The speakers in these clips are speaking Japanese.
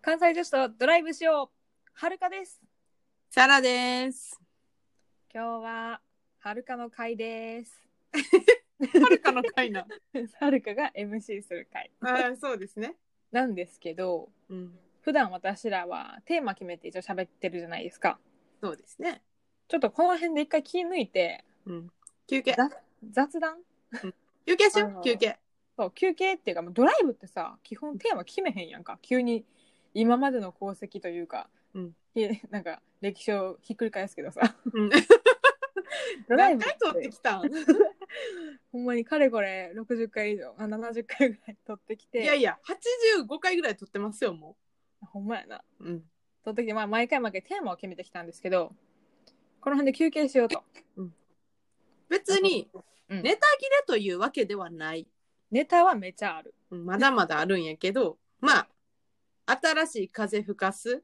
関西女子とドライブしよう。はるかです。 サラです。 今日ははるかの会です。 はるかの会な。 はるかが MC する会ああ、そうですね。 なんですけど、普段私らはテーマ決めて一応喋ってるじゃないですか。 そうですね。 ちょっとこの辺で一回気抜いて、 休憩。 雑談、 休憩しよう。休憩。 そう休憩っていうか、ドライブってさ、基本テーマ決めへんやんか。急に今までの功績というか、なんか歴史をひっくり返すけどさ、ドライ何ブ回撮ってきたんほんまにかれこれ60回以上、70回ぐらい撮ってきて。 いやいや、85回ぐらい撮ってますよ、もう。ほんまやな。撮ってきて、毎回テーマを決めてきたんですけど、この辺で休憩しようと。 別に、ネタ切れというわけではない。 ネタはめちゃある。 まだまだあるんやけど、まあ、新しい風吹かす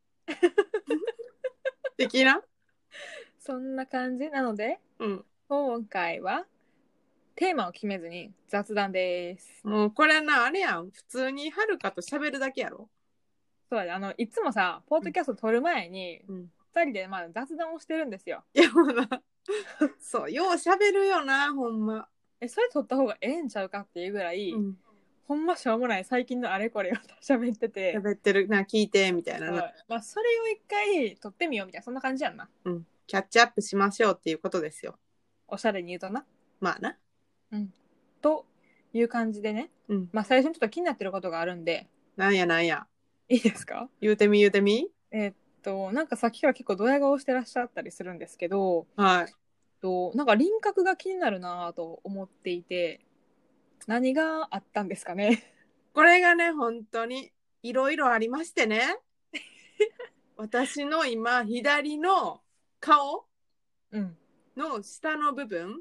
的なそんな感じなので、今回はテーマを決めずに雑談です。 もうこれな、あれやん。普通にはるかと喋るだけやろ。 そうだね。いつもさ、ポッドキャスト撮る前に、2人で雑談をしてるんですよ。 いや、もうな。そう、よう喋るよな、ほんま。 それ撮った方がええんちゃうかっていうぐらい、ほんましょうもない最近のあれこれを喋ってて。 喋ってるな、聞いて、みたいなな。 それを一回撮ってみようみたいな、そんな感じやんな。 キャッチアップしましょうっていうことですよ。 おしゃれに言うとな。 まあな。 という感じでね。最初にちょっと気になってることがあるんで。 なんや。 いいですか？ 言うてみ。 なんかさっきから結構ドヤ顔してらっしゃったりするんですけど、 はい。 なんか輪郭が気になるなと思っていて、何があったんですかね。 これがね、本当にいろいろありましてね。私の今、左の顔の下の部分、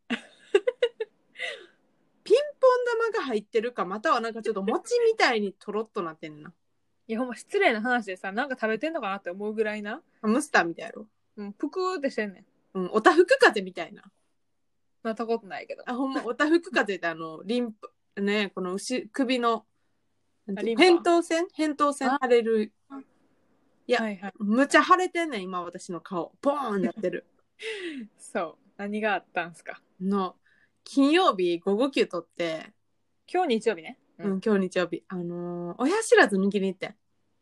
ピンポン玉が入ってるか、またはなんかちょっと餅みたいにとろっとなってんな。 いや、ほんま失礼な話でさ、なんか食べてんのかなって思うぐらいな。 ムスターみたいやろ。 ぷくーってしてんねん。 おたふく風みたいな。 なったことないけど。 ほんま、おたふく風ってリンパ、ね、この首の、扁桃腺腫れる。いや、むちゃ腫れてんねん、今私の顔。ボーンなってる。 そう。何があったんすか？ 金曜日午後休取って。 今日日曜日ね。 今日日曜日。親知らず抜きに行ってん。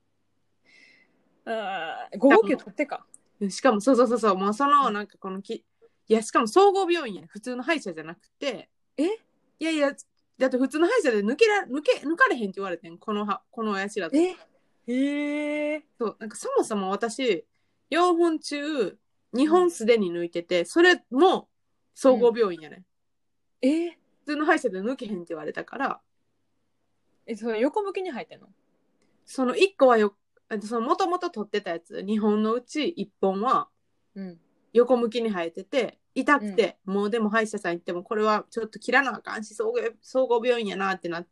午後休取ってか。 しかも、そう。もうなんかいや、しかも総合病院や。普通の歯医者じゃなくて。いや、だって普通の歯医者で抜かれへんって言われてん。この親知らず。そう、なんかそもそも私、4本中、2本すでに抜いてて、それも総合病院やね。普通の歯医者で抜けへんって言われたから。 それ横向きに入ってんの？ その1個はもともと取ってたやつ、2本のうち1本は、横向きに生えてて、痛くて、もうでも歯医者さん行っても、これはちょっと切らなあかんし、総合病院やなってなって、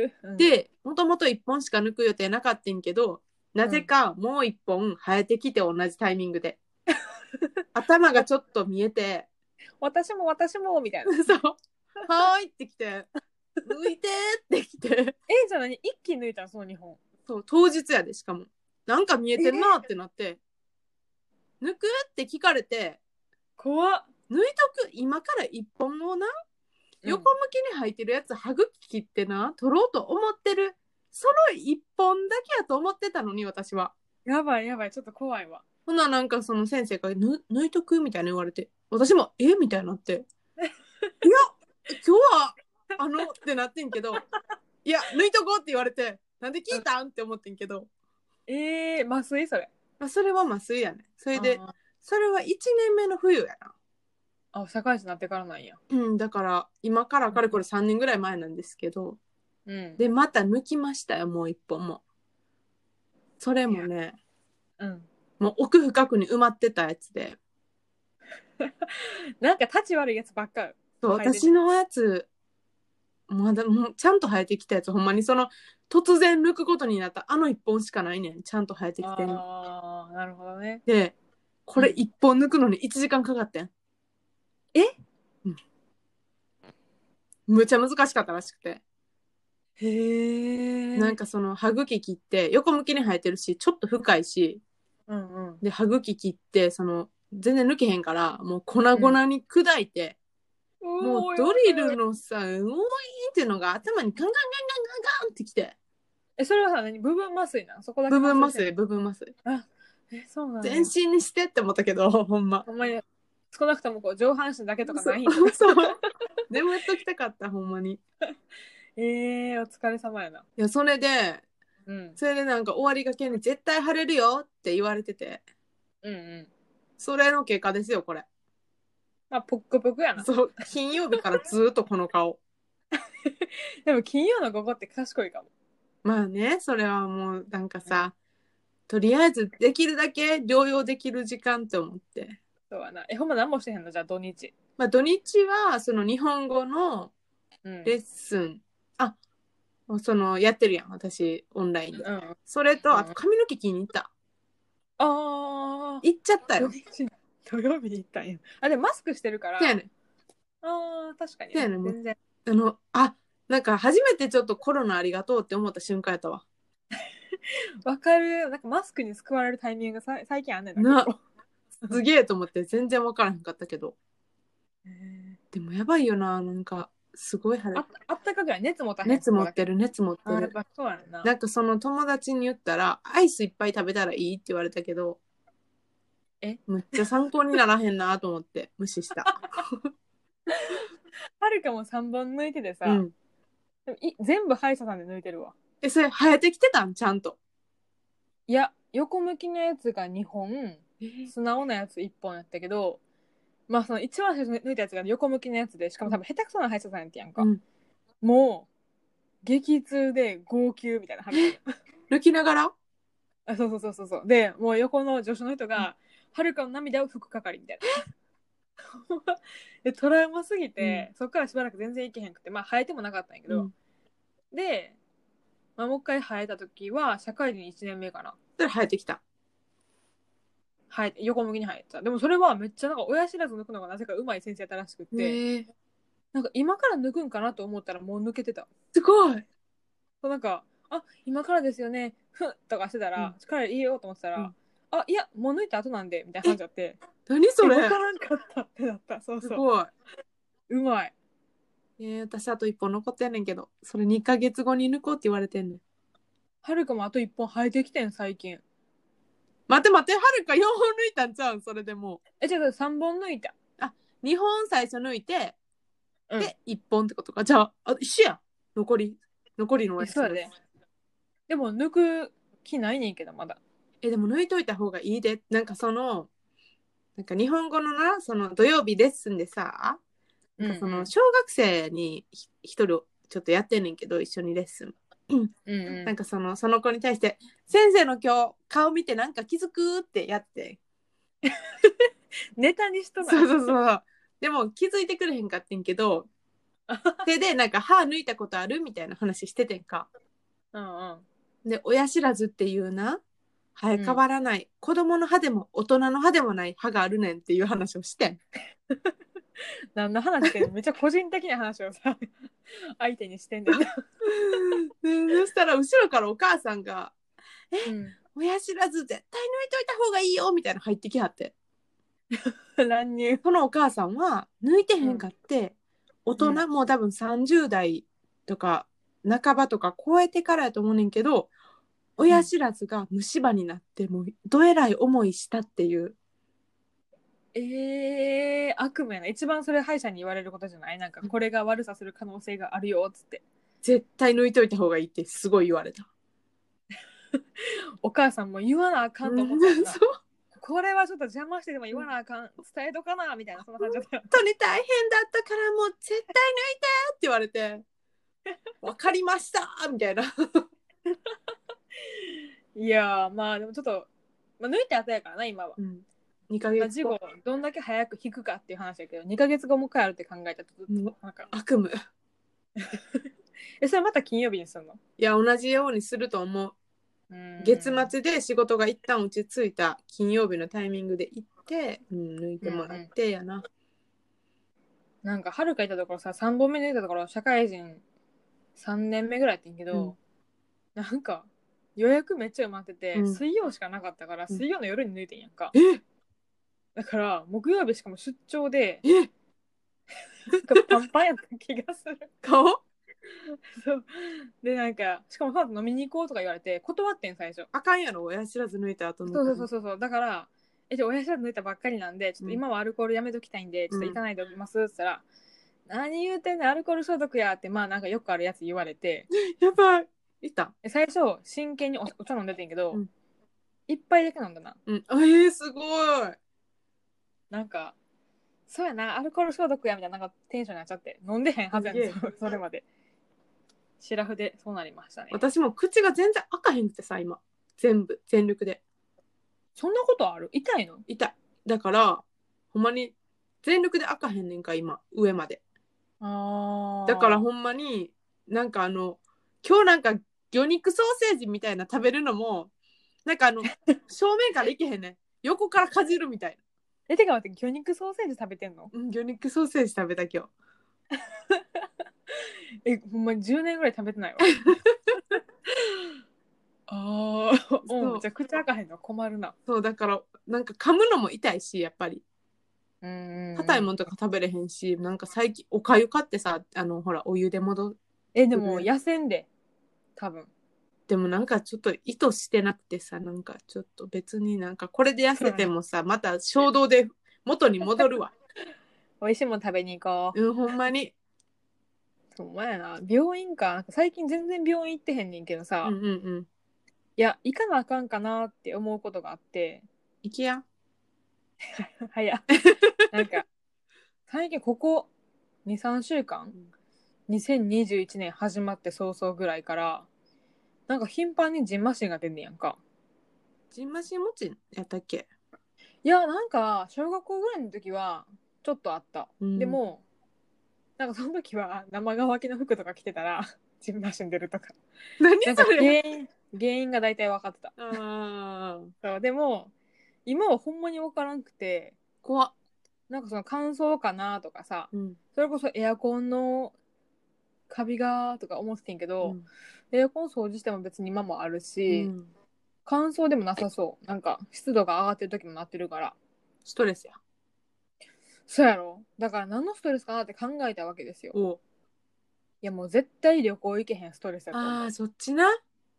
で、もともと1本しか抜く予定なかったんけど、なぜかもう1本生えてきて、同じタイミングで。頭がちょっと見えて、 私も、みたいな。 そう。はーいってきて、抜いてってきて。 じゃあ何？一気に抜いたのその2本。 そう、当日やで、しかも。なんか見えてんなってなって、抜くって聞かれて、 怖っ。 抜いとく、今から1本をな、横向きに生えてるやつ、歯茎切ってな、取ろうと思ってる。その1本だけやと思ってたのに、私は。 やばい、ちょっと怖いわ。 ほな、なんかその先生から抜いとくみたいな言われて、私も、みたいになって。いや、今日は、ってなってんけど、いや、抜いとこうって言われて、なんで聞いたんって思ってんけど。 麻酔それ。 それは麻酔やね。それで、それは1年目の冬やな。社会人になってからなんや。 だから、今からかれこれ3年ぐらい前なんですけど、で、また抜きましたよ、もう1本も。それもね、もう奥深くに埋まってたやつで。 なんか立ち悪いやつばっか。 そう、私のやつ、まだちゃんと生えてきたやつ、ほんまに突然抜くことになった1本しかないねん。ちゃんと生えてきてん。 なるほどね。 で、これ1本抜くのに1時間かかってん。むちゃ難しかったらしくて。 へえ。 なんかその歯茎切って横向きに生えてるしちょっと深いし、 うんうん。 で歯茎切ってその全然抜けへんからもう粉々に砕いて、もうドリルのさ、ウォーインっていうのが頭にガンガンガンガンガンガンってきて。 それはさ、何部分麻酔なの？そこだけ部分麻酔、 麻酔してんの？ 部分麻酔。 あ、そうなん全や。 身にしてって思ったけど、ほんま。 ほんまに、少なくともこう上半身だけとかそう、 ないんだ。 そう。眠っときたかった、ほんまに。 お疲れ様やな。 いや、それで、 うん。 それでなんか終わりがけに絶対晴れるよって言われてて、 うんうん。 それの結果ですよ、これ。 まあ、ポックポクやな。 そう、金曜日からずっとこの顔。 でも金曜の午後って賢いかも。 まあね、それはもうなんかさ、とりあえずできるだけ療養できる時間って思って。 そうやな。ほんま何もしてへんの？じゃあ土日。 まあ土日はその日本語のうん。 レッスン、あ、そのやってるやん、私オンラインで。 うん。 それと、 うん、 あと髪の毛気に入った。 ああ。 行っちゃったよ。 土日、土曜日に行ったんや。あ、でもマスクしてるから。 せやねん。 ああ、確かにね。 せやねん。もう全然。 なんか初めてちょっとコロナありがとうって思った瞬間やったわ。 わかる。なんかマスクに救われるタイミングが最近あんねんな、結な、 構。 すげえと思って全然わからへんかったけど。でもやばいよな、なんか、すごい晴れ。 あったかくない？熱持たへん。 熱持ってる、熱持ってあ、やっる。 ぱそうやんな。 なんかその友達に言ったら、アイスいっぱい食べたらいいって言われたけど、むっちゃ参考にならへんなと思って無視した。 はるかも3本抜いててさ、 うん。 でも全部歯医者さんで抜いてるわ。 それ生えてきてたんちゃんと。 いや、横向きのやつが2本、素直なやつ1本やったけど、まあその一番最初に抜いたやつが横向きのやつで、しかも多分下手くそな歯医者さんやってやんか。 うん。 もう、激痛で号泣みたいな、はるかも。 抜きながらあ、そうそうそうそうそう。で、もう横の助手の人が、はるかの涙を拭く係みたいな。で、トラウマすぎて、そっからしばらく全然行けへんくて、まあ生えてもなかったんやけど、で、まあ、もう一回生えた時は、社会人1年目かな。 それ生えてきた。 横向きに生えてた。でもそれはめっちゃなんか親知らず抜くのがなぜか上手い先生やったらしくて、なんか今から抜くんかなと思ったらもう抜けてた。 すごい。 なんか、あ、今からですよね、ふんとかしてたら、力いいよと思ってたら、あ、いや、もう抜いた後なんで、みたいな感じだって。 何それ。 わからんかったってなった。そうそう。 すごい。 うまい。 私あと1本残ってんねんけど、それ2ヶ月後に抜こうって言われてんねん。 はるかもあと1本生えてきてん、最近。 待って待って、はるか4本抜いたんちゃうんそれでも違う、3本抜いた。 2本最初抜いて、で、1本ってことか。じゃあ、一緒やん。残りのやつ。 そうやで。でも抜く気ないねんけど、まだ。 でも抜いといた方がいいで。なんかなんか日本語のな、その土曜日レッスンでさ、なんかその小学生に一人ちょっとやってんねんけど、一緒にレッスン。なんかその子に対して、先生の今日顔見てなんか気づくってやって。 ネタにしとない。 そうそうそう。でも気づいてくれへんかってんけど、手でなんか歯抜いたことあるみたいな話しててんか。で、親知らずっていうな、生え変わらない、子供の歯でも大人の歯でもない歯があるねんっていう話をしてん。 何の話ってめっちゃ個人的な話をさ相手にしてんねんな。 そしたら後ろからお母さんが親知らず絶対抜いといた方がいいよみたいな入ってきはって。 乱入。 そのお母さんは抜いてへんかって、大人もう多分30代とか半ばとか超えてからやと思うねんけど、親知らずが虫歯になってもうどえらい思いしたっていう。 悪夢やな。一番それ歯医者に言われることじゃない？なんかこれが悪さする可能性があるよっつって。 絶対抜いといた方がいいってすごい言われた。 お母さんも言わなあかんと思ったよな。 そう。 これはちょっと邪魔してでも言わなあかん、伝えとかなみたいな、そんな感じだったよ。 本当に大変だったからもう絶対抜いてって言われてわかりましたみたいな。 いやまあでもちょっと、抜いて後やからな今は。 2ヶ月後どんだけ早く引くかっていう話だけど、2ヶ月後もう一回あるって考えたらなんか悪夢。 それまた金曜日にするの？ いや同じようにすると思う。月末で仕事が一旦落ち着いた金曜日のタイミングで行って、抜いてもらってやな。 なんかはるかいたところさ、3本目抜いたところ社会人 3年目ぐらいやってんけど、なんか予約めっちゃ埋まってて、水曜しかなかったから水曜の夜に抜いてんやんか。だから木曜日しかも出張でなんかパンパンやった気がする。 顔そうでなんかしかもその後飲みに行こうとか言われて断ってん最初。 あかんやろ親知らず抜いた後の。 そうだから親知らず抜いたばっかりなんでちょっと今はアルコールやめときたいんで、ちょっと行かないでおきますって言ったら、何言うてんねんアルコール消毒やってまあなんかよくあるやつ言われてやばいいた最初真剣にお茶飲んでてんけど、一杯だけ飲んだな。 すごい。 なんかそうやなアルコール消毒やみたいな、なんかテンションになっちゃって飲んでへんはずやねんそれまで。シラフでそうなりましたね。 私も口が全然開かへんくてさ今全力で。 そんなことある？痛いの？ 痛い。だからほんまに全力で開かへんねんか今上まで。だからほんまになんか今日なんか魚肉ソーセージみたいな食べるのもなんか正面からいけへんねん。横からかじるみたいな。 てか待って、魚肉ソーセージ食べてんの？ 魚肉ソーセージ食べた今日。 ほんまに10年ぐらい食べてないわ。じゃあ口開かへんの困るな。 そうだからなんか噛むのも痛いしやっぱり硬いもんとか食べれへんし、なんか最近おかゆ買ってさほらお湯で戻でも痩せんで多分。 でもなんかちょっと意図してなくてさ、なんかちょっと別になんかこれで痩せてもさ、また衝動で元に戻るわ。 美味しいもん食べに行こう。 ほんまに。 ほんまやな。病院か。なんか最近全然病院行ってへんねんけどさ、いや行かなあかんかなって思うことがあって。 行きや。 早っ。なんか最近ここ 2,3 週間、2021年始まって早々ぐらいからなんか頻繁にジンマシンが出んねやんか。 ジンマシン持ちやったっけ？ いやなんか小学校ぐらいの時はちょっとあった、でもなんかその時は生乾きの服とか着てたらジンマシン出るとか何それ原因が大体分かってた。そうでも今はほんまに分からんくて怖っ。 なんかその乾燥かなとかさ、それこそエアコンのカビがとか思ってんけど、エアコン掃除しても別に今もあるし、乾燥でもなさそう。なんか湿度が上がってる時もなってるからストレスや。 そうやろ。だから何のストレスかなって考えたわけですよ。いやもう絶対旅行行けへんストレスやと思う。 そっちな。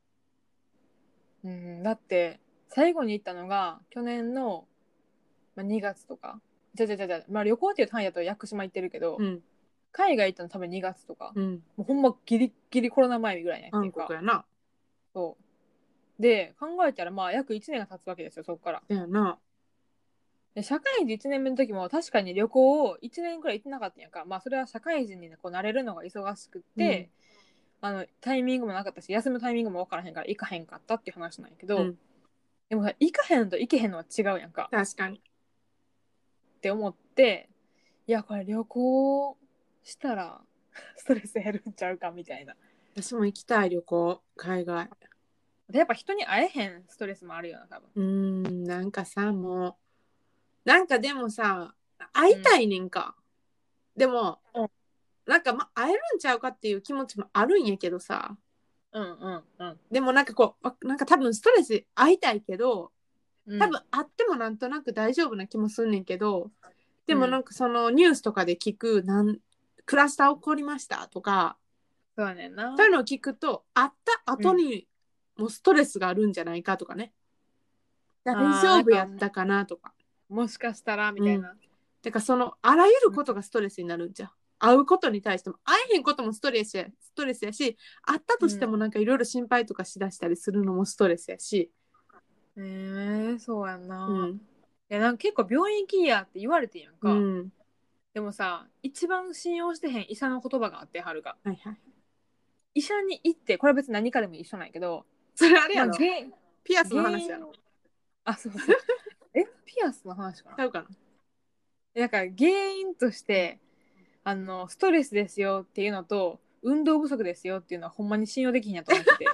だって最後に行ったのが去年の、2月とかまあ旅行っていう単位だと屋久島行ってるけど、海外行ったの多分2月とか、もうほんまギリギリコロナ前ぐらいにやってるか。 やな。 そうで考えたらまあ約1年が経つわけですよそこから。 やな。 で社会人1年目の時も確かに旅行を1年くらい行ってなかったんやんか。まあそれは社会人に、こう慣れるのが忙しくて、タイミングもなかったし休むタイミングも分からへんから行かへんかったっていう話なんやけど、でも行かへんと行けへんのは違うやんか。 確かに。 って思って、いやこれ旅行したらストレス減るんちゃうかみたいな。 私も行きたい旅行海外。 でやっぱ人に会えへんストレスもあるよな多分。 なんかさもうなんかでもさ会いたいねんか、でも、なんか会えるんちゃうかっていう気持ちもあるんやけどさ、でもなんかこうなんか多分ストレス会いたいけど多分会ってもなんとなく大丈夫な気もすんねんけど、でもなんかそのニュースとかで聞くクラスター起こりましたとか、 そうやねんな。 そういうのを聞くと会った後にもうストレスがあるんじゃないかとかね、大丈夫やったかなとか、 もしかしたらみたいな。 てかそのあらゆることがストレスになるんじゃん。会うことに対しても会えへんこともストレスやし、会ったとしてもなんかいろいろ心配とかしだしたりするのもストレスやし。 そうやんな。いやなんか結構病院行きやって言われてんやんか。でもさ一番信用してへん医者の言葉があってはるが。医者に行ってこれは別に何かでも一緒なんやけど。 それあれやろ。ピアスの話やろ。 そうピアスの話かな。 ちゃうかな。 だから原因としてストレスですよっていうのと運動不足ですよっていうのはほんまに信用できひんやと思ってて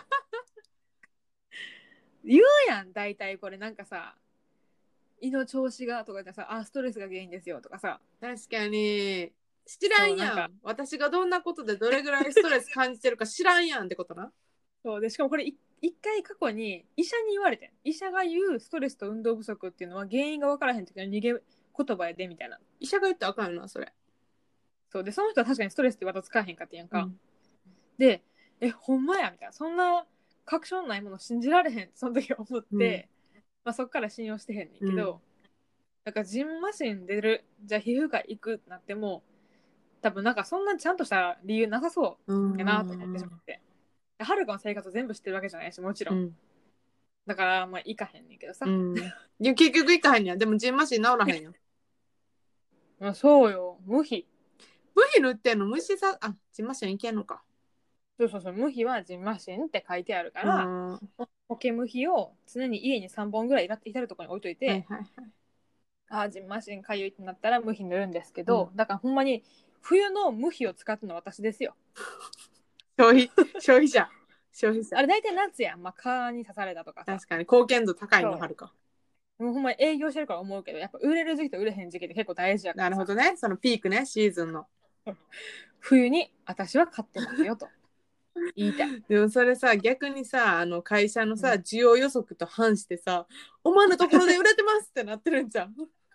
言うやん大体これなんかさ胃の調子がとか言ったらさストレスが原因ですよとかさ。 確かに知らんやん。私がどんなことでどれぐらいストレス感じてるか知らんやんってことな。 そうで、しかもこれ一回過去に医者に言われて、医者が言うストレスと運動不足っていうのは原因が分からへん時の逃げ言葉やでみたいな。 医者が言ってあかんよな、それ。 そうで、その人は確かにストレスってワード使わへんかってやんか。で、ほんまやみたいな。そんな確証ないもの信じられへんってその時思って、まあ、そっから信用してへんねんけど、だからジンマシン出る、じゃあ皮膚科行くってなっても、多分なんかそんなちゃんとした理由なさそうやなと思ってしまって。はるかの生活全部知ってるわけじゃないし、もちろん。だからまあ行かへんねんけどさ。 いや結局行かへんやん。でもジンマシン治らへんよ。 まあそうよ、無比。 無比塗ってんの？虫さ、あ、ジンマシンいけんのか。 そうそうそう、無比はジンマシンって書いてあるから、ポケ無比を常に家に3本ぐらい至るところに置いといて、ジンマシンかゆいってなったら無比塗るんですけど、だからほんまに冬の無比を使っての私ですよ。 消費者。 あれ大体夏やん、まあ、蚊に刺されたとかさ。 確かに貢献度高いの春か。 もうほんまに営業してるから思うけど、やっぱ売れる時期と売れへん時期って結構大事やから。 なるほどね、そのピークね、シーズンの。 冬に私は買ってますよと言いたい。 でもそれさ、逆にさ、会社のさ、需要予測と反してさ、お前のところで売れてますってなってるんじゃん。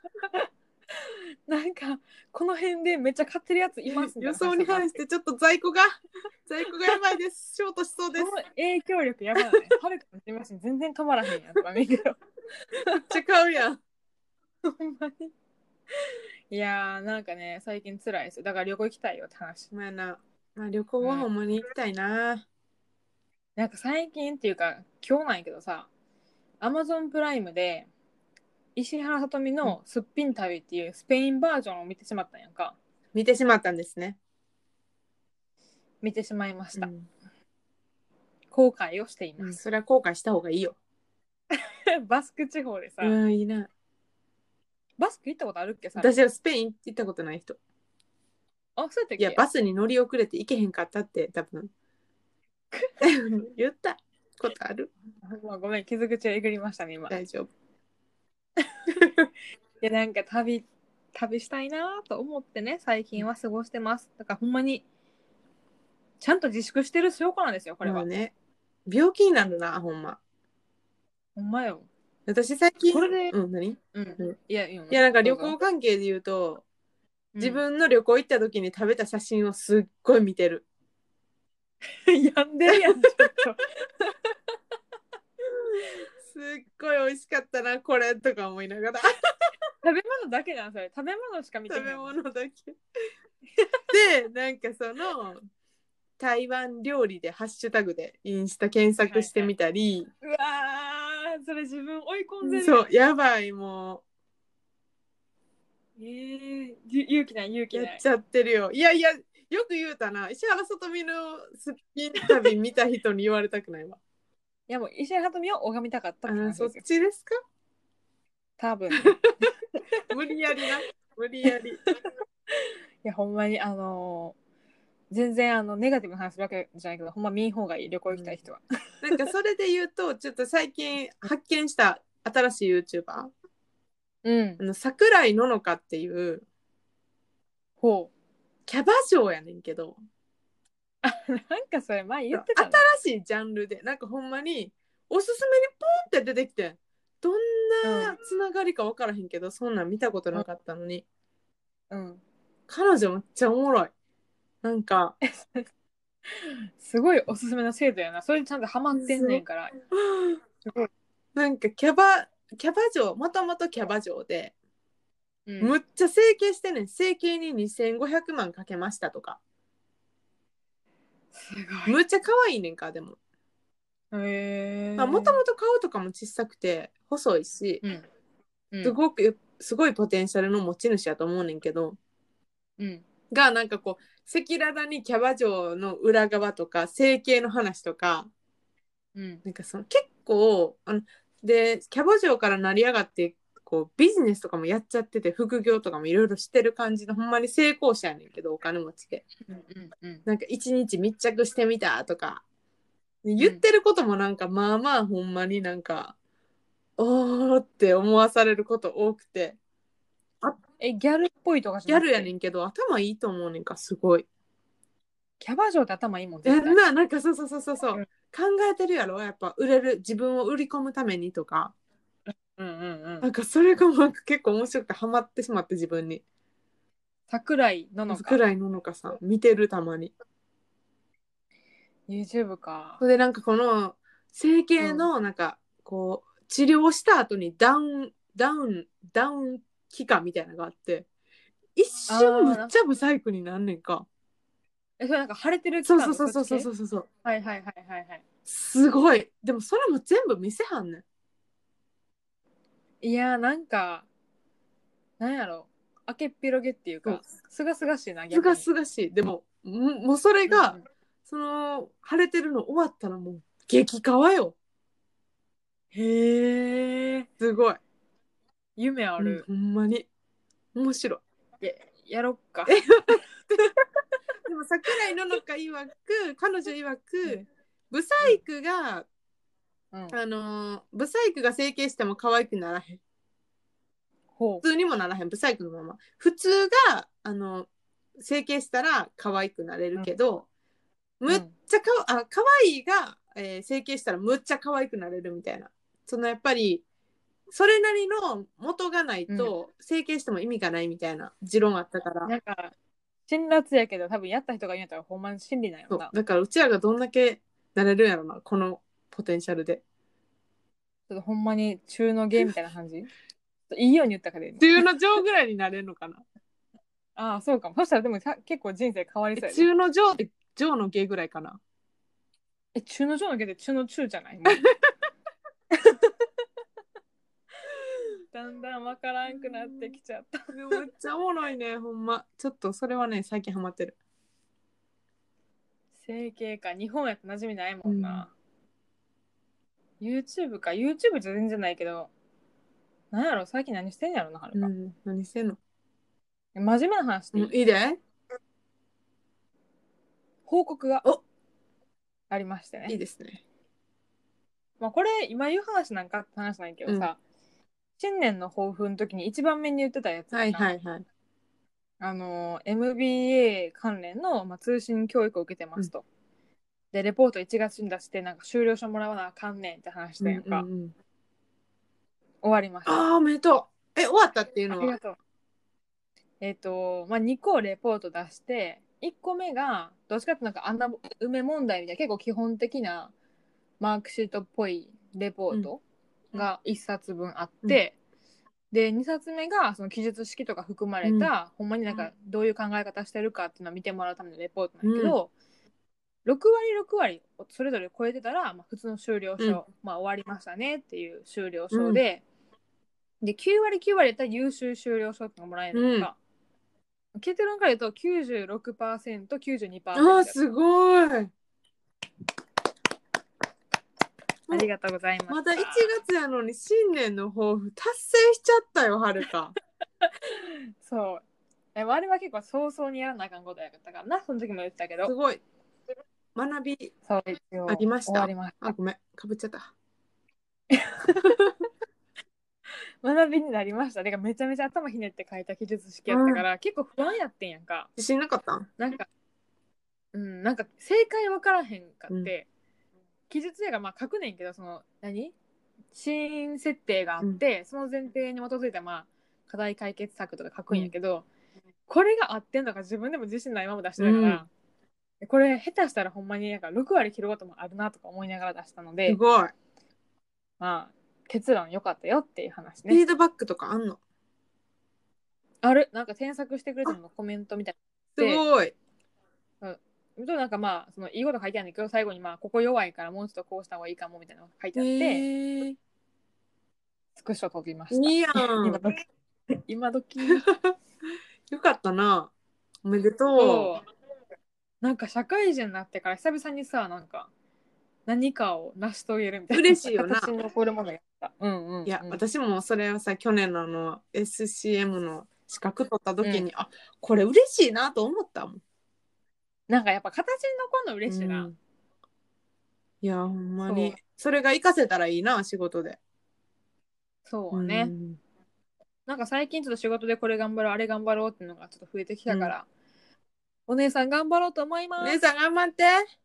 なんかこの辺でめっちゃ買ってるやついます予想に反してちょっと在庫がやばいです。ショートしそうです。 影響力やばいね。はるかのジンマシン全然止まらへんやんとか見るけど。 めっちゃ買うやん。 ほんまに。いやーなんかね最近辛いですよ。だから旅行行きたいよって話。 まあ旅行はほんまに行きたいな。 なんか最近っていうか今日なんやけどさ、Amazon プライムで石原さとみのすっぴん旅っていうスペインバージョンを見てしまったんやんか。 見てしまったんですね。 見てしまいました。後悔をしています。 それは後悔した方がいいよ。 バスク地方でさ。 いいな。 バスク行ったことあるっけさ。 私はスペイン行ったことない人。 あ、そうやったっけ？ いや、バスに乗り遅れて行けへんかったって多分言ったことある。 ごめん、傷口をえぐりましたね今。 大丈夫。 でなんか旅したいなと思ってね最近は過ごしてます。だからほんまにちゃんと自粛してる証拠なんですよこれは。 ね、病気になるなほんま。 ほんまよ。 私最近これで何？ いやなんか旅行関係で言うと、自分の旅行行った時に食べた写真をすっごい見てる。 やんでるやんちょっとすっごい美味しかったなこれとか思いながら食べ物だけなんそれ。食べ物しか見てない。 食べ物だけでなんかその台湾料理でハッシュタグでインスタ検索してみたり、 うわーそれ自分追い込んでる。 そうやばいもう勇気ないやっちゃってるよ。いやよく言うたな。石原さとみのすっぴん旅見た人に言われたくないわ。 いやもう石原さとみを拝みたかったって話ですよ。 そっちですか？ 多分、ね、 無理やりな無理やり。いやほんまに全然ネガティブな話するわけじゃないけど、ほんま見ん方がいい、旅行行きたい人は。 なんかそれで言うとちょっと最近発見した新しい YouTuber、桜井ののかっていうキャバ嬢やねんけど、 なんかそれ前言ってた、 新しいジャンルでなんかほんまにおすすめにポンって出てきて、どんなつながりか分からへんけど、そんなん見たことなかったのに、彼女めっちゃおもろい。なんかすごいおすすめの制度やな。それにちゃんとハマってんねんから。すごい。 なんかキャバ嬢、もともとキャバ嬢で、むっちゃ整形してねん。整形に2500万かけましたとか。 すごい。 むっちゃ可愛いねんか、でも。もともと顔とかも小さくて細いし、すごいポテンシャルの持ち主やと思うねんけど、がなんかこう赤裸々にキャバ嬢の裏側とか整形の話とか、なんかその結構でキャバ嬢から成り上がってこうビジネスとかもやっちゃってて、副業とかもいろいろしてる感じのほんまに成功者やねんけど、お金持ちで、なんか一日密着してみたとか言ってることもなんかまあまあほんまになんかおーって思わされること多くて、 ギャルっぽいとかじギャルゃなくて。 やねんけど、頭いいと思うねんか、すごい。 キャバ嬢って頭いいもん、絶対。 なんかそうそうそうそうそう、考えてるやろ、やっぱ売れる、自分を売り込むためにとか。 うんうんうん。 なんかそれがなんか結構面白くてハマってしまって、自分に。 桜井ののか。 くらいののかさん見てる、たまに。 YouTube か。 それでなんかこの整形のなんかこう治療した後にダウン期間みたいなのがあって、一瞬むっちゃブサイクになんねんか。 それなんか腫れてる期そう間とそうそうそうそっち系。 そうそうそう。 はいはいはいはいはい。 すごい。でもそれも全部見せはんねん。 いやーなんか、なんやろ。明けっぴろげっていうそう。 か、すがすがしいな、 すが逆に。 すがしい。でももうそれが、 うんうん、 その腫れてるの終わったらもう激カワよ。 へえ。 すごい。 夢ある。 ほんまに面白い。 やろっか。 でも桜井ののか曰く、彼女曰く、ブサイクが、ブサイクが整形しても可愛くならへん。普通にもならへん、ブサイクのまま。普通が、整形したら可愛くなれるけど、むっちゃ可愛いが、整形したらむっちゃ可愛くなれるみたいな。そのやっぱり、それなりの元がないと、整形しても意味がないみたいな持論あったから。 なんか、辛辣やけど、多分やった人が言うんやったらほんまに真理なんよな。 だからうちらがどんだけなれるんやろな、このポテンシャルで。 ちょっとほんまに中の芸みたいな感じ。いいように言ったからね。 中の上ぐらいになれるのかな。 ああ、そうかも。そしたらでも結構人生変わりそうやで。 中の上って上の芸ぐらいかな。 中の上の芸で中の中じゃないもうだんだんわからんくなってきちゃった。 めっちゃおもろいね、ほんま。ちょっとそれはね、最近ハマってる。 整形か。日本やと馴染みないもんな。YouTube か。YouTube じゃ全然ないけど、なんやろ、最近何してんやろな、はるか。 何してんの？ 真面目な話でいい？ いいで。 報告がありましてね。 いいですね。 まあこれ、今言う話なんかって話ないけどさ、新年の抱負の時に一番目に言ってたやつが、 はいはいはい。 MBA 関連の、通信教育を受けてますと。で、レポート1月に出して、なんか修了書もらわなあかんねんって話したやんか。終わりました。 ああ、おめでとう。終わったっていうのは？ ありがとう。2個レポート出して、1個目が、どっちかってなんか穴埋め問題みたいな、結構基本的なマークシートっぽいレポートが1冊分あって、で2冊目がその記述式とか含まれた、ほんまになんかどういう考え方してるかっていうのを見てもらうためのレポートなんやけど、6割6割それぞれ超えてたら、普通の修了書、終わりましたねっていう修了書で、で9割9割やったら優秀修了書ってのがもらえるのか、結論から言うと 96%92%。 ああ、すごい。 ありがとうございます。 まだ1月やのに新年の抱負達成しちゃったよ、はるか。 そう。あれは結構早々にやらなあかんことやったからな、その時も言ってたけど。 すごい。学びそうですよ。 ありました。 終わりました。 あ、ごめん、かぶっちゃった。 学びになりました。だからめちゃめちゃ頭ひねって書いた記述式やったから、結構不安やってんやんか。 自信なかったん？ なんか正解分からへんかって、記述やが書くねんけど、そのシーン設定があって、その前提に基づいた課題解決策とか書くんやけど、これが合ってんのか自分でも自信ないまま出してたから、これ下手したらほんまになんか6割切ることもあるなとか思いながら出したので、 すごい。 結論良かったよっていう話ね。 フィードバックとかあんの？ ある。なんか添削してくれたののコメントみたいな。すごい。 なんかそのいいこと書いてあるんだけど、最後にここ弱いからもうちょっとこうした方がいいかもみたいなのが書いてあって、スクショ飛びました。 いいやん。 今時よかったな。おめでとう。 なんか社会人になってから久々にさ、なんか何かを成し遂げるみたいな。 嬉しいよな。 形に残るものやった。 いや、私もそれはさ、去年のSCM の資格取った時に、これ嬉しいなと思ったもん。 なんかやっぱ形に残るの嬉しいな。 いや、ほんまに。それが活かせたらいいな、仕事で。 そうね。 なんか最近ちょっと仕事でこれ頑張ろうあれ頑張ろうっていうのがちょっと増えてきたから、お姉さん頑張ろうと思います。 お姉さん頑張って。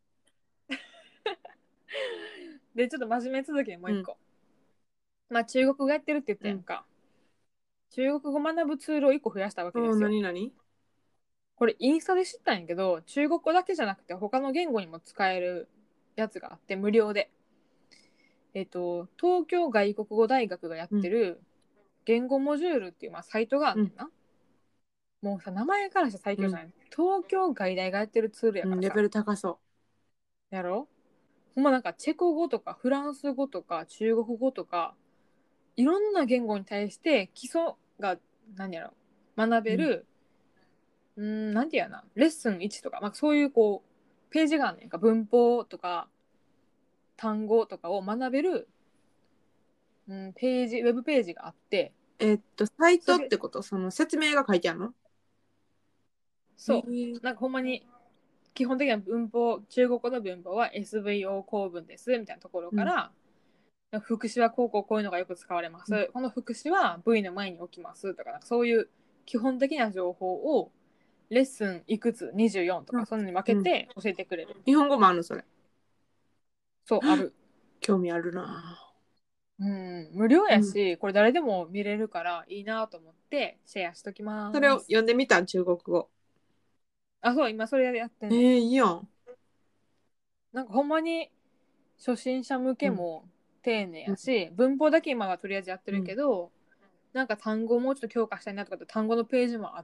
でちょっと真面目続きでもう一個、まあ中国語やってるって言ったやんか、中国語学ぶツールを1個増やしたわけですよ。 何これインスタで知ったんやけど、中国語だけじゃなくて他の言語にも使えるやつがあって無料で、東京外国語大学がやってる言語モジュールっていう、まあ、サイトがあんねんな、もうさ名前からして最強じゃない、東京外大がやってるツールやからさ、 レベル高そうやろ。ほんまなんかチェコ語とかフランス語とか中国語とかいろんな言語に対して基礎が何やろ学べる、なんていうやな、レッスン1とか、まあ、そういうこうページがあんねんか、文法とか単語とかを学べる、ページ、ウェブページがあって、 サイトってこと？その説明が書いてあるの？ そう、なんかほんまに基本的な文法、中国語の文法は SVO 構文ですみたいなところから、副詞はこうこうこういうのがよく使われます、この副詞は V の前に置きますとか、なんかそういう基本的な情報をレッスンいくつ24とかそんなに分けて教えてくれる、 日本語もあるのそれ？ そうある。 興味あるな。 無料やし、これ誰でも見れるからいいなと思ってシェアしときます。 それを読んでみたん？中国語。 あ、そう、今それやってんの。 いいやん。 なんかほんまに初心者向けも丁寧やし、文法だけ今はとりあえずやってるけど、なんか単語をもうちょっと強化したいなとかって単語のページもあって、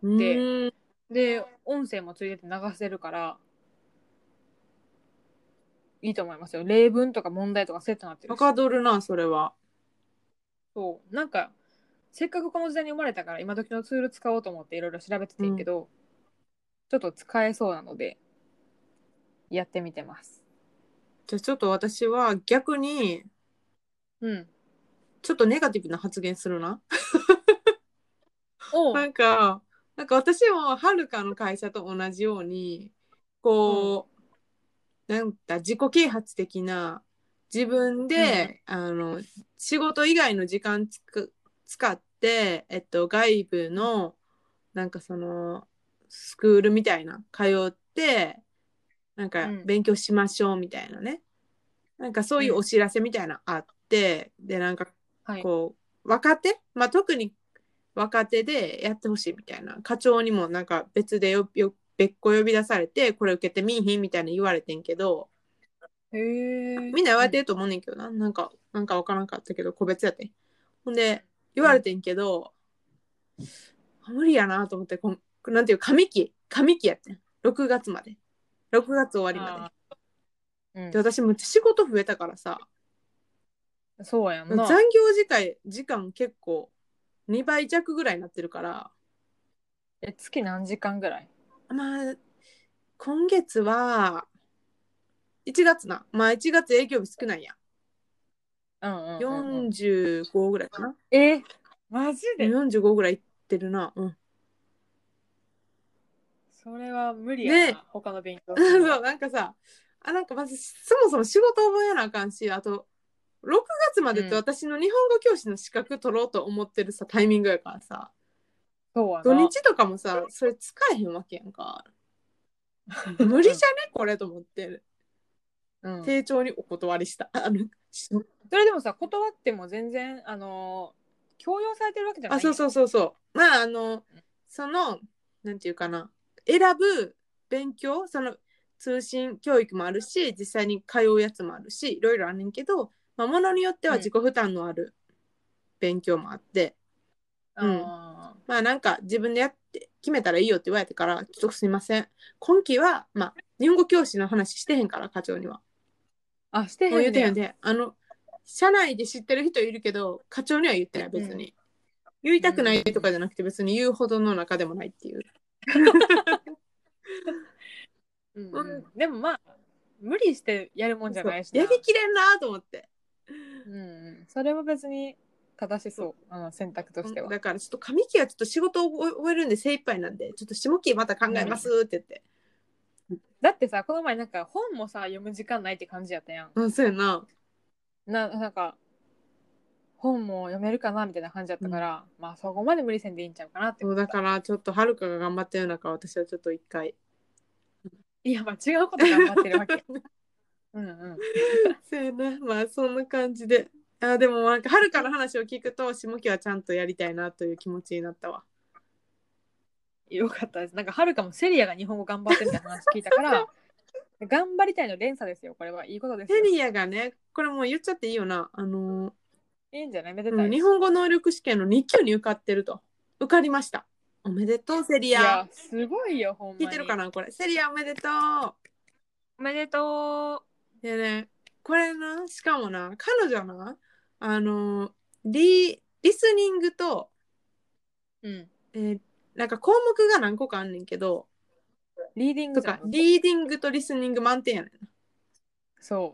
で音声もついてて流せるからいいと思いますよ。例文とか問題とかセットになってるし。 はかどるな、それは。 そうなんかせっかくこの時代に生まれたから今時のツール使おうと思っていろいろ調べててんけど、ちょっと使えそうなのでやってみてます。 じゃあちょっと私は逆にちょっとネガティブな発言するな。なんか私もはるかの会社と同じようにこう、なんだ自己啓発的な自分で、仕事以外の時間使って、外部のなんかそのスクールみたいな通ってなんか勉強しましょうみたいなね、なんかそういうお知らせみたいなあって、でなんかこう、若手、まあ、特に若手でやってほしいみたいな、課長にもなんか別で別個呼び出されてこれ受けてみいひんみたいな言われてんけど、みんな言われてると思うねんけどな、なんか分からんかったけど個別やってん。ほんで言われてんけど、無理やなと思って、なんていう上期やってん、6月まで、6月終わりまで、で私むっちゃ仕事増えたからさ、 そうやんな、 残業時間結構2倍弱ぐらいになってるから。 月何時間ぐらい？ まあ今月は1月な、まあ1月営業日少ないやん。45ぐらいかな。 マジで 45ぐらいいってるな。 それは無理やな、他の勉強するの。そう、なんかさ、なんかまずそもそも仕事覚えなあかんし、あと6月までって私の日本語教師の資格取ろうと思ってるさタイミングやからさ、土日とかもさそれ使えへんわけやんか。無理じゃねこれと思って、丁重にお断りした。 それでもさ、断っても全然強要されてるわけじゃないやん。 そうまあそのなんていうかな、選ぶ勉強、その通信教育もあるし実際に通うやつもあるしいろいろあるんけど、まあ、ものによっては自己負担のある勉強もあって、まあなんか自分でやって決めたらいいよって言われてから、ちょっとすいません今期はまあ日本語教師の話してへんから、課長にはしてへんねん。 言ってへんで、社内で知ってる人いるけど課長には言ってない、別に、言いたくないとかじゃなくて別に言うほどの中でもないっていうでもまあ無理してやるもんじゃないしな、やりきれんなと思って、 それは別に正しそう、選択としては。 だからちょっと上期はちょっと仕事を終えるんで精一杯なんで、ちょっと下期また考えますって言って、 だってさ、この前なんか本もさ読む時間ないって感じやったやん。 そうやな。 なんか本も読めるかなみたいな感じだったから、まあそこまで無理せんでいいんちゃうかなってそうだからちょっとはるかが頑張ってる中、私はちょっと一回。 いやまあ違うこと頑張ってるわけ。うんうん。 そうやな、まあそんな感じで。でもなんかはるかの話を聞くと下期はちゃんとやりたいなという気持ちになったわ。 よかったです。なんかはるかもセリアが日本語頑張ってみたいな話聞いたから頑張りたいの連鎖ですよ。これはいいことですよ。 セリアがね、これもう言っちゃっていいよな。 いいんじゃないめでたい、 日本語能力試験の2級に受かってると。受かりました。おめでとう、セリア。 いや、すごいよ、ほんまに。 聞いてるかなこれ。セリアおめでとう。 おめでとう。でね、これな、しかもな、彼女な、リスニングと、なんか項目が何個かあんねんけど、 リーディングとか、リーディングとリスニング満点やねんな。 そう。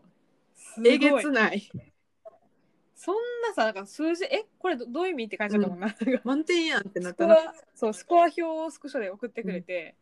すごい。えげつない。 そんなさ、なんか数字、これどういう意味って感じだと思うな。 満点やんってなったな。 スコア表をスクショで送ってくれて、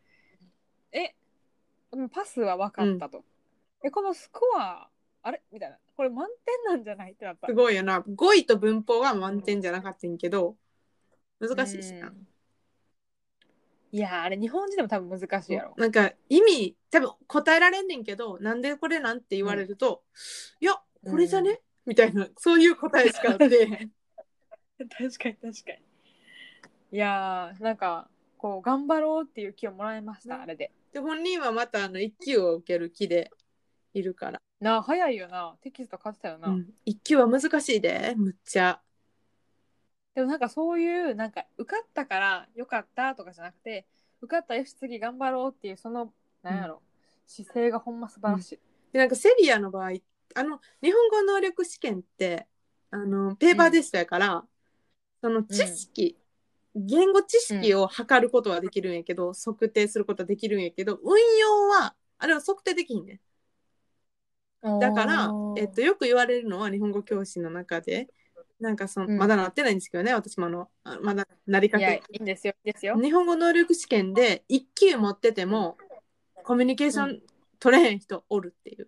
パスは分かったと。このスコア、あれみたいな。これ満点なんじゃないってなった。 すごいよな。語彙と文法は満点じゃなかったんけど、難しいしな。 いやあれ日本人でも多分難しいやろ。 なんか意味多分答えられんねんけど、なんでこれなんて言われると、いやこれじゃね、みたいな、そういう答えしかあって確かに確かに。いやなんかこう頑張ろうっていう気をもらいました、あれで。 で本人はまた1級を受ける気でいるからな。早いよな。テキスト買ってたよな。 1級は難しいで、むっちゃ。 でもなんかそういうなんか受かったからよかったとかじゃなくて、受かったよし次頑張ろうっていうそのなんやろ、姿勢がほんま素晴らしい。 でなんかセリアの場合、日本語能力試験ってペーパーテストやから、その知識、言語知識を測ることはできるんやけど、測定することはできるんやけど、運用はあれは測定できひんね。だから、よく言われるのは日本語教師の中で、なんかまだなってないんですけどね、私もまだなりかけ。いや、いいんですよ。 日本語能力試験で1級持ってても、コミュニケーション取れへん人おるっていう。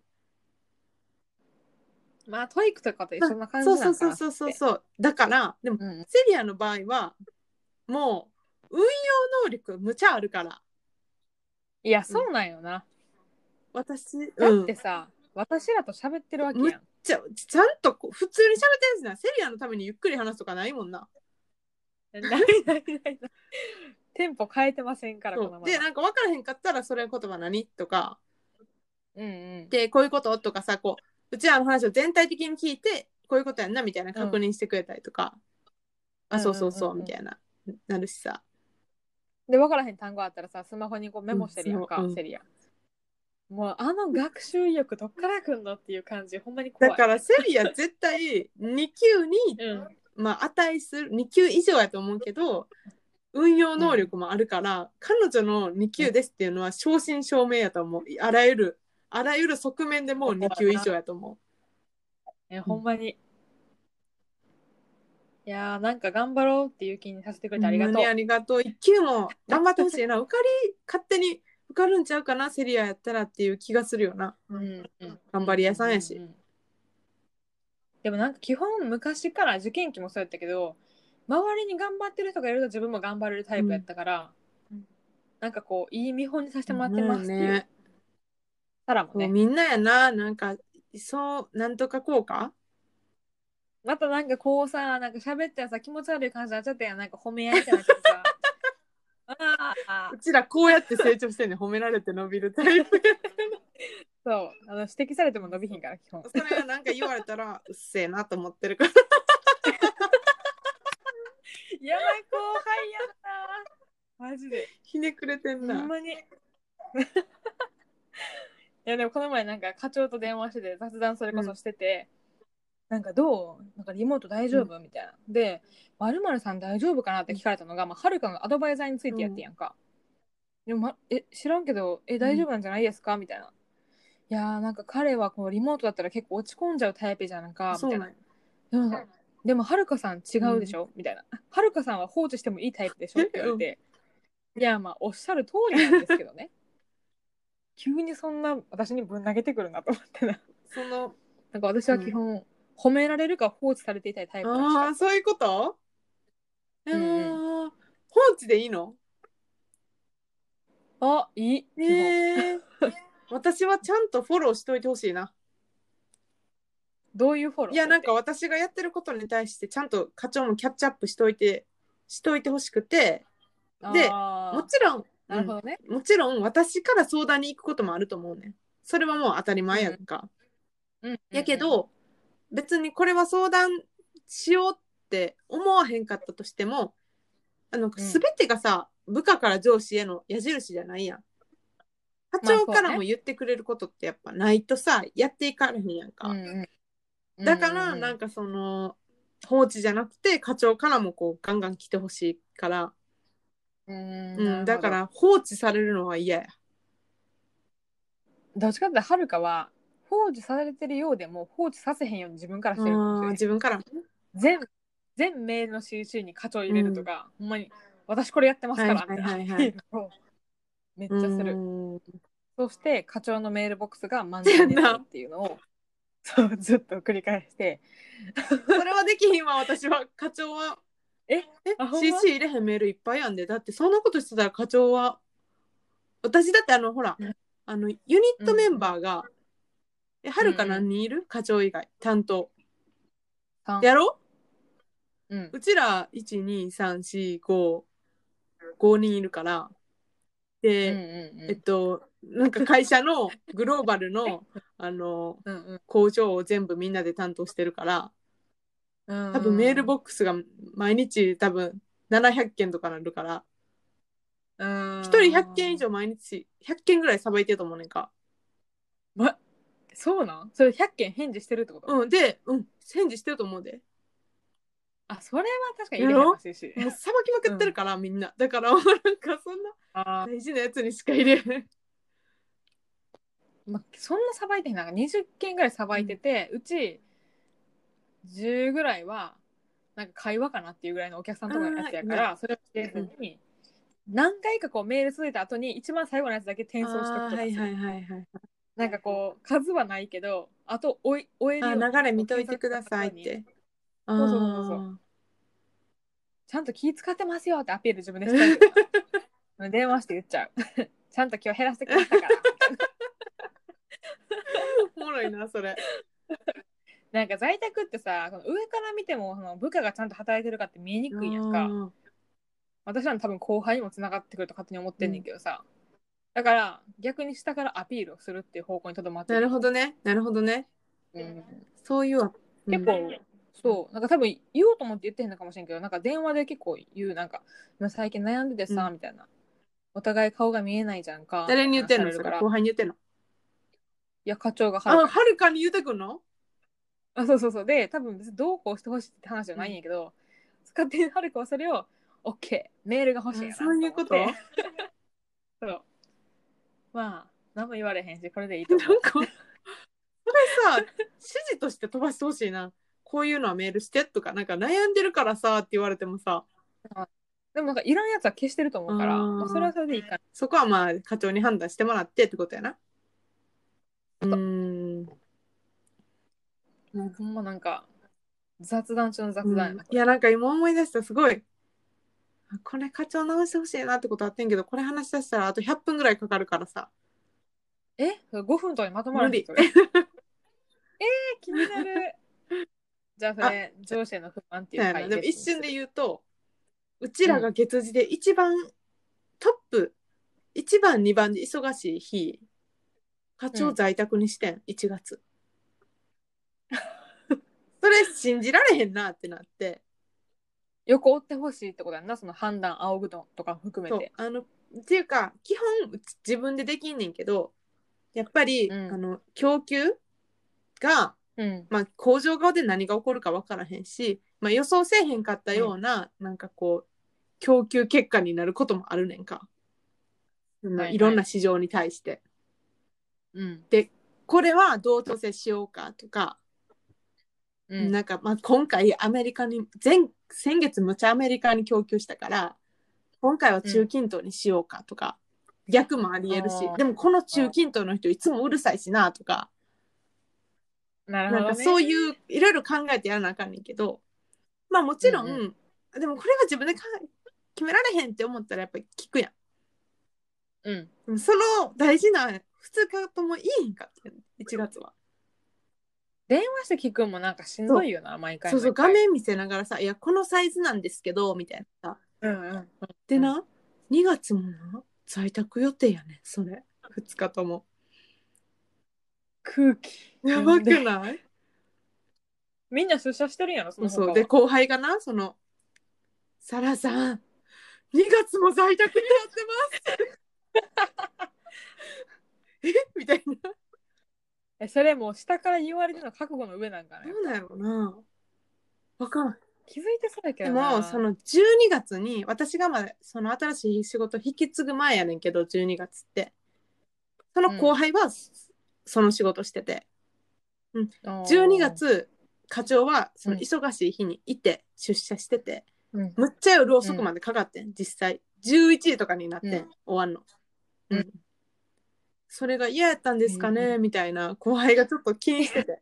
まあトイックとかと一緒な感じなんかな。 そうだからでも、セリアの場合はもう運用能力むちゃあるから。 いやそうなんよな。 私だってさ、私らと喋ってるわけやん。 ちゃんと普通に喋ってるんですな。セリアのためにゆっくり話すとかないもんな。 ないテンポ変えてませんからこのでなんか分からへんかったらそれ言葉何とか、でこういうこととかさ、こうちらの話を全体的に聞いてこういうことやんなみたいな確認してくれたりとか、そうみたいななるしさ。 で分からへん単語あったらさスマホにこうメモしてるやんか、セリア。もう学習意欲どっからくんのっていう感じほんまに怖い。 だからセリア絶対2級に、まあ値する2級以上やと思うけど、運用能力もあるから、彼女の2級ですっていうのは正真正銘やと思う。あらゆる側面でもう2級以上やと思う。ほんまに。いやなんか頑張ろうっていう気にさせてくれてありがとう。 ありがとう。1級も頑張ってほしいな。勝手に受かるんちゃうかな、セリアやったらっていう気がするよな。頑張り屋さんやし。 でもなんか基本昔から受験期もそうやったけど、周りに頑張ってる人がいると自分も頑張れるタイプやったから、なんかこういい見本にさせてもらってますっていう。サラもね。 みんなやな、なんかそうなんとか効果。 またなんかこうさ、なんか喋ってさ気持ち悪い感じになっちゃったやん、なんか褒め合いみたいなさ。 うちらこうやって成長してんね、褒められて伸びるタイプ。 そう指摘されても伸びひんから基本。 それがなんか言われたらうっせえなと思ってるから。 やばい後輩やなマジでひねくれてんな。 ほんまに。いやでもこの前なんか課長と電話してて雑談それこそしてて、なんかどうなんかリモート大丈夫、みたいなで〇〇さん大丈夫かなって聞かれたのが、はるかがアドバイザーについてやってやんか、でも、知らんけど大丈夫なんじゃないですか、みたいな。いやなんか彼はこうリモートだったら結構落ち込んじゃうタイプじゃんかみたいな。でもはるかさん違うでしょ、みたいな。はるかさんは放置してもいいタイプでしょって言われて、いやまあおっしゃる通りなんですけどね。急にそんな私にぶん投げてくるなと思ってな。なんか私は基本、 褒められるか放置されていたいタイプらしかった。 ああ、そういうこと？ うんうん、 放置でいいの？ あ、いい、基本。 私はちゃんとフォローしといてほしいな。 どういうフォロー？ いや、なんか私がやってることに対してちゃんと課長もキャッチアップしといてほしくて、で、もちろん、 なるほどね、 もちろん私から相談に行くこともあると思うね。それはもう当たり前やんか。やけど、別にこれは相談しようって思わへんかったとしても、全てがさ、部下から上司への矢印じゃないやん。課長からも言ってくれることってやっぱないとさ、やっていかれへんやんか。だからなんかその放置じゃなくて課長からもこうガンガン来てほしいから、だから放置されるのは嫌や。 どっちかってはるかは放置されてるようでも放置させへんように自分からしてるかもしれない。 自分から全メールの収集に課長入れるとか、ほんまに私これやってますからみたいな、めっちゃする。そして課長のメールボックスが満タンになるっていうのをそうずっと繰り返してそれはできひんわ。私は課長はCC 入れへんメールいっぱいやんで。だってそんなことしてたら課長は、私だってほら、ユニットメンバーが、はるか何人いる？課長以外担当やろう、うちら12345 5人いるから、で、なんか会社のグローバルの工場を全部みんなで担当してるから、多分メールボックスが毎日多分700件とかなるから、1人100件以上毎日100件ぐらいさばいてると思うねんか。 そうなん？それ100件返事してるってこと？ で、返事してると思うで。 それは確かに入れへんらしいし。 もうさばきまくってるから、みんな。だからなんかそんな大事なやつにしか入れへん。 そんなさばいてへん。なんか20件ぐらいさばいてて、うち10ぐらいはなんか会話かなっていうぐらいのお客さんとかのやつやから、それをしてずに、何回かこうメール続いた後に一番最後のやつだけ転送しとくとかする。なんかこう数はないけど、あと終えるように流れ見といてくださいって。 そうちゃんと気使ってますよってアピール自分でしちゃうけど電話して言っちゃうちゃんと今日減らしてきましたからおもろいなそれ。 なんか在宅ってさ、この上から見てもその部下がちゃんと働いてるかって見えにくいやんか。私らの多分後輩にもつながってくると勝手に思ってんねんけどさ、だから逆に下からアピールをするっていう方向にとどまってる。 なるほどね、そういう、 結構、そうなんか多分言おうと思って言ってへんのかもしれんけど、なんか電話で結構言う、なんか今最近悩んでてさ、みたいな、お互い顔が見えないじゃんか。 誰に言ってんの？それ後輩に言ってんの？ いや課長がはるかに言うてくんの？ そうで、多分別にどうこうしてほしいって話じゃないんやけど、勝手にはるかはそれを OK メールが欲しいんやな。 そういうこと？ そうまあ何も言われへんしこれでいいと思う。なんかそれさ指示として飛ばしてほしいな。こういうのはメールしてとか、なんか悩んでるからさって言われてもさ、 でもなんかいらんやつは消してると思うから、それはそれでいいかな。 そこはまあ課長に判断してもらってってことやな。 ほんまなんか雑談中の雑談やな、 いやなんか今思い出したすごい、これ課長直してほしいなってことあってんけど、これ話し出したらあと100分ぐらいかかるからさ。 5分とかにまとまらない？気になる。じゃあそれ上司への不満っていう回でも一瞬で言うと、うちらが月次で一番トップ、1番2番で忙しい日、課長在宅にしてん、1月。それ信じられへんなってなって。 横追ってほしいってことやんな、その判断仰ぐのとか含めて。 っていうか基本自分でできんねんけど、やっぱり、供給が、まあ、工場側で何が起こるか分からへんし、まあ、予想せえへんかったような、なんかこう供給結果になることもあるねんか、いろんな市場に対して、でこれはどう調整しようかとか、なんかまあ今回アメリカに先月むちゃアメリカに供給したから今回は中近東にしようかとか、逆もありえるし、でもこの中近東の人いつもうるさいしなとか、 なるほどね。 なんかそういういろいろ考えてやらなあかんねんけど、まあもちろん、でもこれは自分で決められへんって思ったらやっぱり聞くやん。うん。その大事な2日ともいいへんかって1月は。 電話して聞くんもなんかしんどいよな、毎回そうそう、画面見せながらさ、いや、このサイズなんですけど、みたいなさ。でな、2月もな、在宅予定やねん、それ。2日とも。 空気。 やばくない？ みんな出社してるんやろ、その他は。 そうで、後輩がな、サラさん、2月も在宅になってます。えみたいな。 それもう下から言われるの覚悟の上なんかね。 そうだよな。わかんない。 気づいてそうだけでどな。 も、その12月に、私がまだその新しい仕事引き継ぐ前やねんけど、12月って。その後輩はその仕事してて。12月、課長はその忙しい日にいて、出社してて、むっちゃ夜遅くまでかかってん、実際。11時とかになってん、終わんの。それが嫌やったんですかね、みたいな後輩がちょっと気にしてて。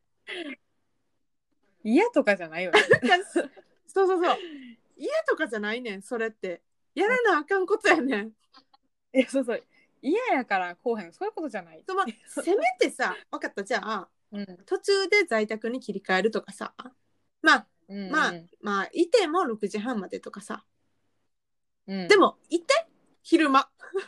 嫌とかじゃないよね。 そうそうそう。嫌とかじゃないねん、それって。やらなあかんことやねん。 そうそう。嫌やからこうへん、そういうことじゃない。 まあ、せめてさ、分かった、じゃあ、途中で在宅に切り替えるとかさ、まあ、まあ、いても6時半までとかさ。でも、いて昼間。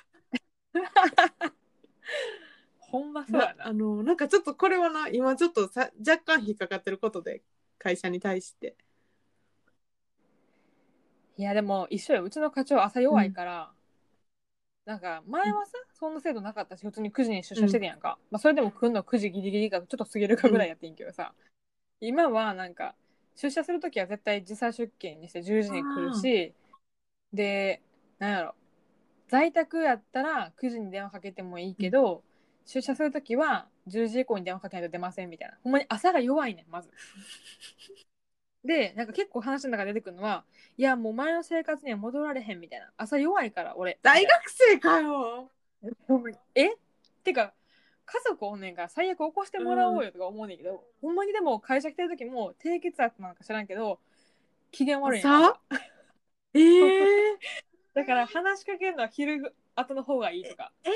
ほんまそうやな。 なんかちょっとこれはな、今ちょっと若干引っかかってることで、会社に対して。 いや、でも一緒よ。うちの課長朝弱いから、なんか前はさ、そんな制度なかったし、普通に9時に出社しててやんか。まあ、それでも来んの9時ギリギリかちょっと過ぎるかぐらいやってんけどさ、今はなんか、出社するときは絶対時差出勤にして10時に来るし、で、なんやろ、在宅やったら9時に電話かけてもいいけど、出社するときは10時以降に電話かけないと出ませんみたいな。ほんまに朝が弱いねん、まず。で、なんか結構話の中で出てくるのは、いや、もう前の生活には戻られへんみたいな。朝弱いから、俺。 大学生かよ。 てか、家族おんねんから最悪起こしてもらおうよとか思うねんけど、ほんまにでも会社来てる時も低血圧なんか知らんけど、機嫌悪いんや。だから話しかけるのは昼後の方がいいとかあ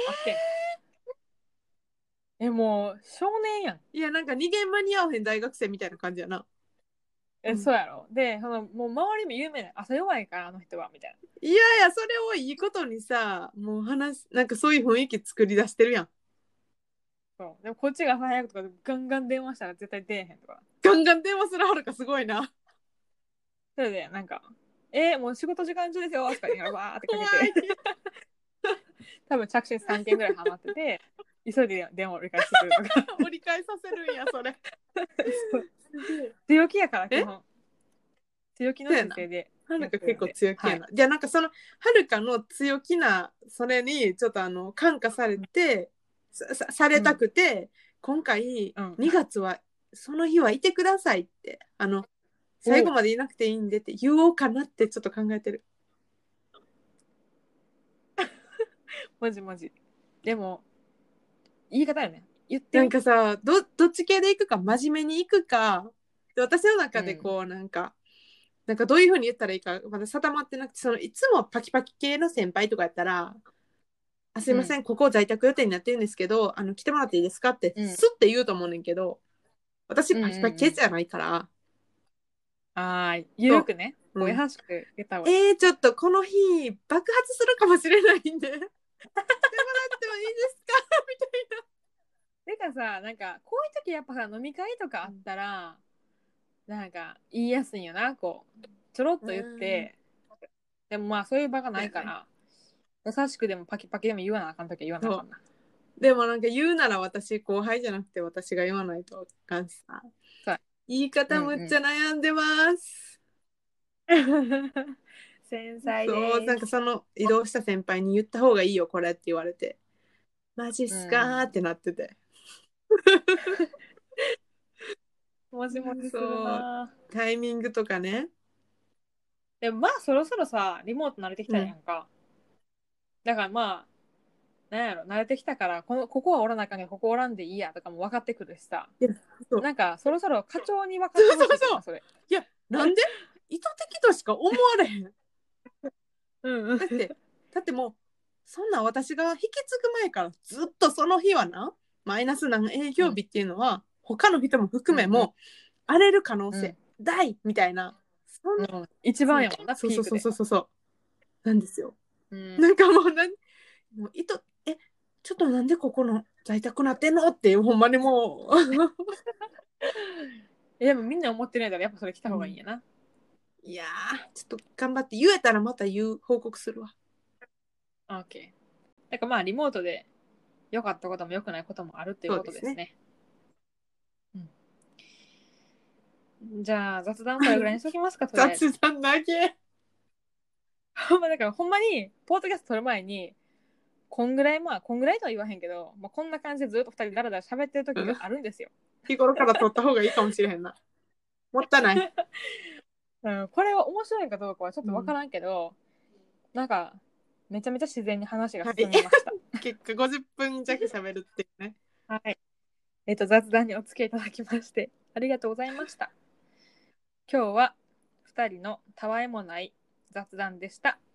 ってん。もう少年やん。 いや、なんか2限間に合わへん大学生みたいな感じやな。 そうやろ。で、もう周りも有名な朝弱いからあの人はみたいな。 いやいや、それをいいことにさ、もうなんかそういう雰囲気作り出してるやん。 そうでもこっちが朝早くとかでガンガン電話したら絶対出えへんとか。 ガンガン電話するはるかすごいな。 それでなんかもう仕事時間中ですよとか言いながらバーってかけて多分着信3件ぐらいハマってて急いで電話を折り返してくるとか折り返させるんやそれ。 強気やから基本強気の姿勢ではるか結構強気やな、じゃあなんかそのはるかの強気なそれにちょっと感化されて、されたくて、今回2月はその日はいてくださいって最後までいなくていいんでって言おうかなってちょっと考えてる。 マジマジ。でも言い方よね。言ってなんかさ、どっち系で行くか、真面目に行くか、で私の中でこう、なんかどういうふうに言ったらいいかまだ定まってなくて、いつもパキパキ系の先輩とかやったら、すいません、ここ在宅予定になってるんですけど、来てもらっていいですかって、スッて言うと思うねんけど、私パキパキ系じゃないから、 ゆるくね、優しく言った方がいい。ちょっとこの日爆発するかもしれないんで来てもらってもいいですかみたいな。 てかさ、なんかこういう時やっぱさ飲み会とかあったら、なんか言いやすいんよな、こうちょろっと言って、でもまあそういう場がないから、優しくでもパキパキでも言わなあかん時は言わなあかんな。 でもなんか言うなら私後輩じゃなくて私が言わないとあかんしさ。言い方むっちゃ悩んでます。 繊細です。そう、なんかその移動した先輩に言った方がいいよこれって言われて、マジっすかってなってて。 もじもじするな。 タイミングとかね。 でもまあそろそろさリモート慣れてきたやんか、だからまあなんやろ、慣れてきたから、ここはおらなあかんねん、ここおらんでいいやとかも分かってくるしさ。なんか、そろそろ課長に分かってほしいかな、それ。 いや、なんで意図的としか思われへん。だってもう、そんな私が引き継ぐ前からずっとその日はな、マイナス何営業日っていうのは、他の人も含めも、荒れる可能性大みたいな。 一番やもんな、 ピークで。そうなんですよ。 うん、 なんかもうちょっとなんでここの在宅なってんのっていう、ほんまにもうでもみんな思ってないからやっぱそれ来た方がいいんやな、 いやちょっと頑張って言えたらまた報告するわ。 OK。 だからまあリモートで良かったことも良くないこともあるっていうことですね。じゃあ雑談これぐらいにしときますか。とりあえず雑談だけだからほんまにポッドキャスト撮る前にこんぐらいとは言わへんけど、こんな感じでずっと2人ダラダラ喋ってる時があるんですよ、 日頃から撮った方がいいかもしれへんな。もったいない、 これは面白いかどうかはちょっと分からんけど、なんかめちゃめちゃ自然に話が進みました、 結果50分弱喋るっていうね。 はい。雑談にお付き合いいただきましてありがとうございました。今日は2人のたわいもない雑談でした。